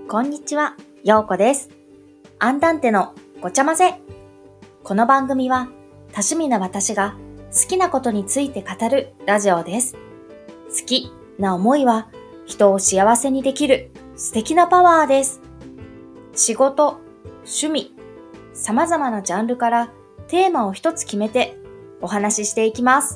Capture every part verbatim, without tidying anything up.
こんにちは、ようこです。アンダンテのごちゃ混ぜ。この番組は多趣味な私が好きなことについて語るラジオです。好きな思いは人を幸せにできる素敵なパワーです。仕事、趣味、様々なジャンルからテーマを一つ決めてお話ししていきます。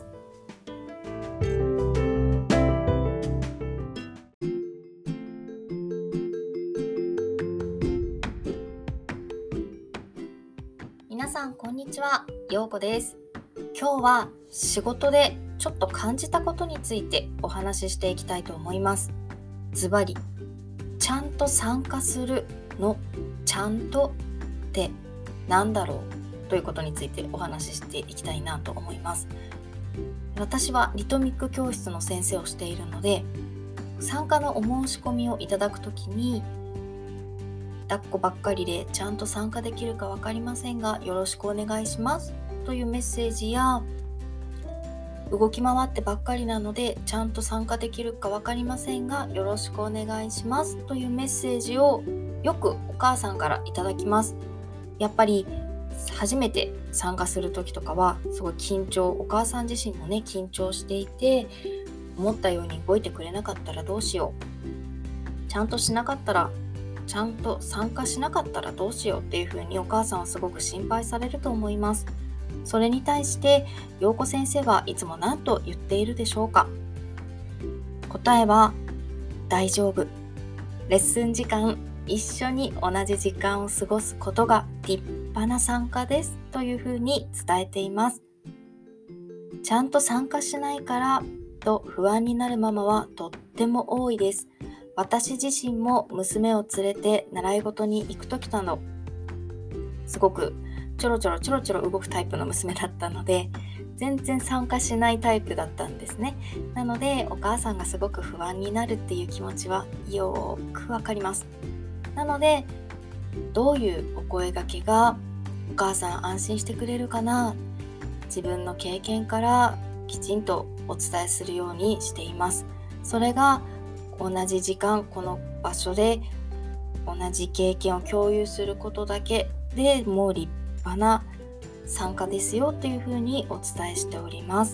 皆さんこんにちは、ようこです。今日は仕事でちょっと感じたことについてお話ししていきたいと思います。ズバリ、ちゃんと参加するのちゃんとってなんだろうということについてお話ししていきたいなと思います。私はリトミック教室の先生をしているので、参加のお申し込みをいただくときに抱っこばっかりでちゃんと参加できるか分かりませんがよろしくお願いしますというメッセージや、動き回ってばっかりなのでちゃんと参加できるか分かりませんがよろしくお願いしますというメッセージをよくお母さんからいただきます。やっぱり初めて参加する時とかはすごい緊張、お母さん自身もね緊張していて、思ったように動いてくれなかったらどうしよう、ちゃんとしなかったらちゃんと参加しなかったらどうしようっていう風にお母さんはすごく心配されると思います。それに対して陽子先生はいつも何と言っているでしょうか。答えは大丈夫。レッスン時間一緒に同じ時間を過ごすことが立派な参加ですという風に伝えています。ちゃんと参加しないからと不安になるママはとっても多いです。私自身も娘を連れて習い事に行くときなど、すごくちょろちょろちょろちょろ動くタイプの娘だったので、全然参加しないタイプだったんですね。なのでお母さんがすごく不安になるっていう気持ちはよーくわかります。なのでどういうお声掛けがお母さん安心してくれるかな、自分の経験からきちんとお伝えするようにしています。それが同じ時間この場所で同じ経験を共有することだけでもう立派な参加ですよというふうにお伝えしております。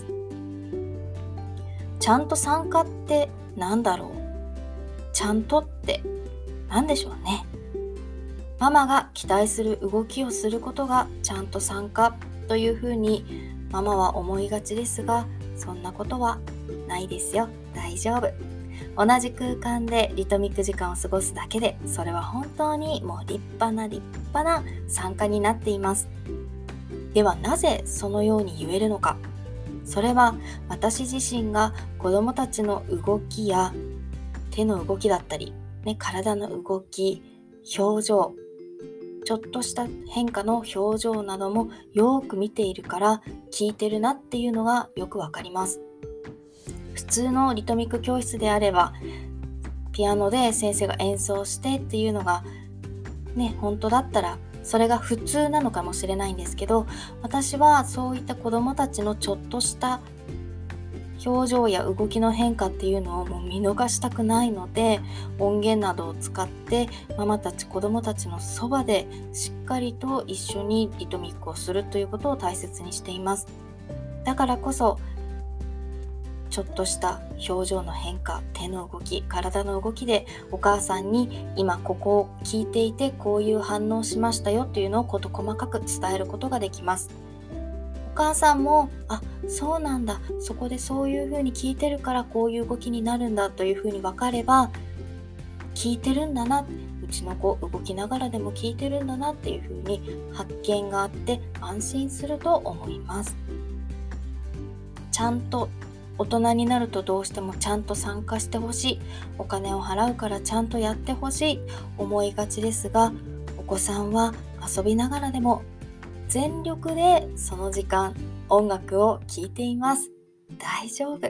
ちゃんと参加ってなんだろう、ちゃんとってなんでしょうね。ママが期待する動きをすることがちゃんと参加というふうにママは思いがちですが、そんなことはないですよ。大丈夫。同じ空間でリトミック時間を過ごすだけで、それは本当にもう立派な立派な参加になっています。ではなぜそのように言えるのか。それは私自身が子どもたちの動きや手の動きだったり、ね、体の動き、表情、ちょっとした変化の表情などもよく見ているから聞いてるなっていうのがよくわかります。普通のリトミック教室であればピアノで先生が演奏してっていうのがね本当だったらそれが普通なのかもしれないんですけど、私はそういった子どもたちのちょっとした表情や動きの変化っていうのをもう見逃したくないので、音源などを使ってママたち子どもたちのそばでしっかりと一緒にリトミックをするということを大切にしています。だからこそちょっとした表情の変化、手の動き、体の動きでお母さんに今ここを聞いていてこういう反応しましたよというのを事細かく伝えることができます。お母さんもあ、そうなんだ、そこでそういう風に聞いてるからこういう動きになるんだという風に分かれば、聞いてるんだな、うちの子動きながらでも聞いてるんだなっていう風に発見があって安心すると思います。ちゃんと大人になるとどうしてもちゃんと参加してほしい、お金を払うからちゃんとやってほしい思いがちですが、お子さんは遊びながらでも全力でその時間音楽を聴いています。大丈夫。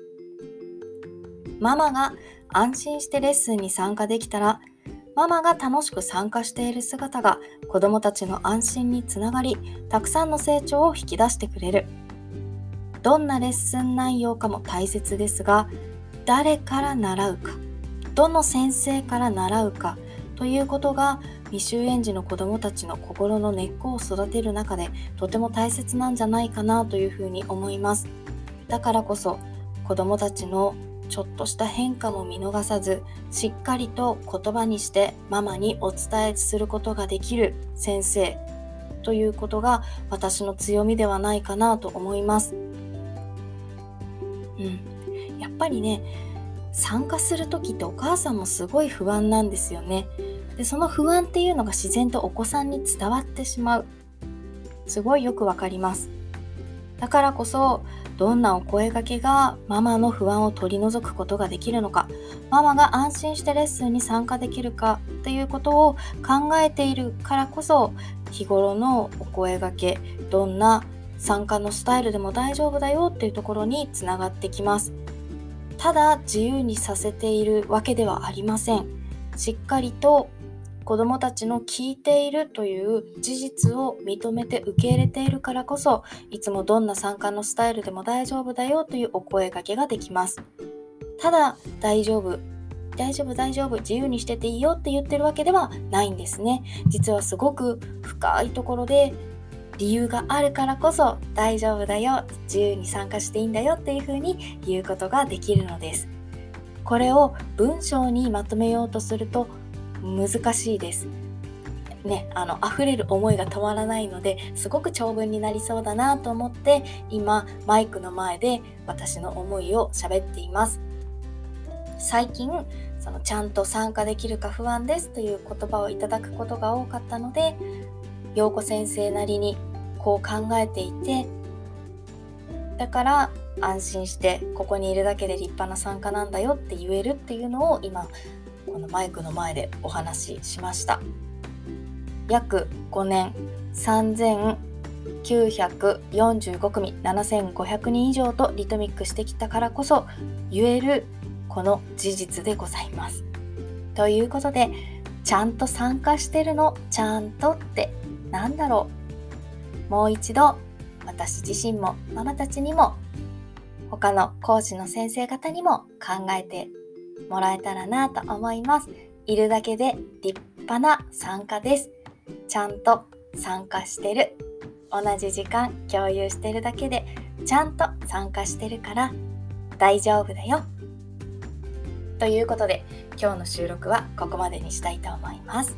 ママが安心してレッスンに参加できたら、ママが楽しく参加している姿が子どもたちの安心につながり、たくさんの成長を引き出してくれる。どんなレッスン内容かも大切ですが、誰から習うか、どの先生から習うか、 ということが未就園児の子どもたちの心の根っこを育てる中でとても大切なんじゃないかなというふうに思います。だからこそ子どもたちのちょっとした変化も見逃さず、しっかりと言葉にしてママにお伝えすることができる先生ということが私の強みではないかなと思います。うん、やっぱりね、参加するときってお母さんもすごい不安なんですよね。で、その不安っていうのが自然とお子さんに伝わってしまう。すごいよくわかります。だからこそ、どんなお声掛けがママの不安を取り除くことができるのか、ママが安心してレッスンに参加できるかということを考えているからこそ、日頃のお声掛け、どんな参加のスタイルでも大丈夫だよっていうところにつながってきます。ただ自由にさせているわけではありません。しっかりと子どもたちの聞いているという事実を認めて受け入れているからこそ、いつもどんな参加のスタイルでも大丈夫だよというお声掛けができます。ただ大丈夫、大丈夫大丈夫、自由にしてていいよって言ってるわけではないんですね。実はすごく深いところで理由があるからこそ大丈夫だよ、自由に参加していいんだよっていうふうに言うことができるのです。これを文章にまとめようとすると難しいです。ね、あの溢れる思いが止まらないので、すごく長文になりそうだなと思って今マイクの前で私の思いを喋っています。最近そのちゃんと参加できるか不安ですという言葉をいただくことが多かったので、陽子先生なりにこう考えていて、だから安心してここにいるだけで立派な参加なんだよって言えるっていうのを今このマイクの前でお話ししました。約ごねんさんぜんきゅうひゃくよんじゅうごくみななせんごひゃくにん以上とリトミックしてきたからこそ言えるこの事実でございます。ということで、ちゃんと参加してるの、ちゃんとってなんだろう。もう一度私自身もママたちにも他の講師の先生方にも考えてもらえたらなと思います。いるだけで立派な参加です。ちゃんと参加してる。同じ時間共有してるだけでちゃんと参加してるから大丈夫だよ。ということで今日の収録はここまでにしたいと思います。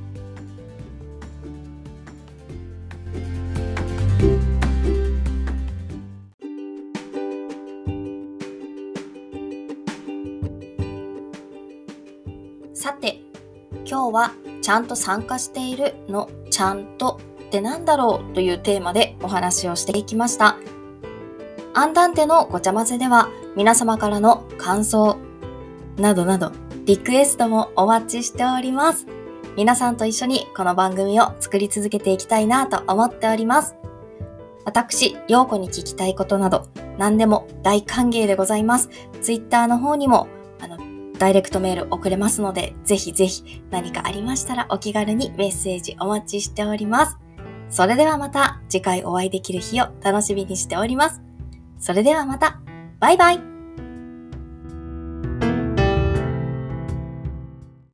さて、今日はちゃんと参加しているのちゃんとってなんだろうというテーマでお話をしていきました。アンダンテのごちゃ混ぜでは皆様からの感想などなどリクエストもお待ちしております。皆さんと一緒にこの番組を作り続けていきたいなと思っております。私、陽子に聞きたいことなど何でも大歓迎でございます。ツイッターの方にもあのダイレクトメール送れますので、ぜひぜひ何かありましたらお気軽にメッセージお待ちしております。それではまた次回お会いできる日を楽しみにしております。それではまた、バイバイ。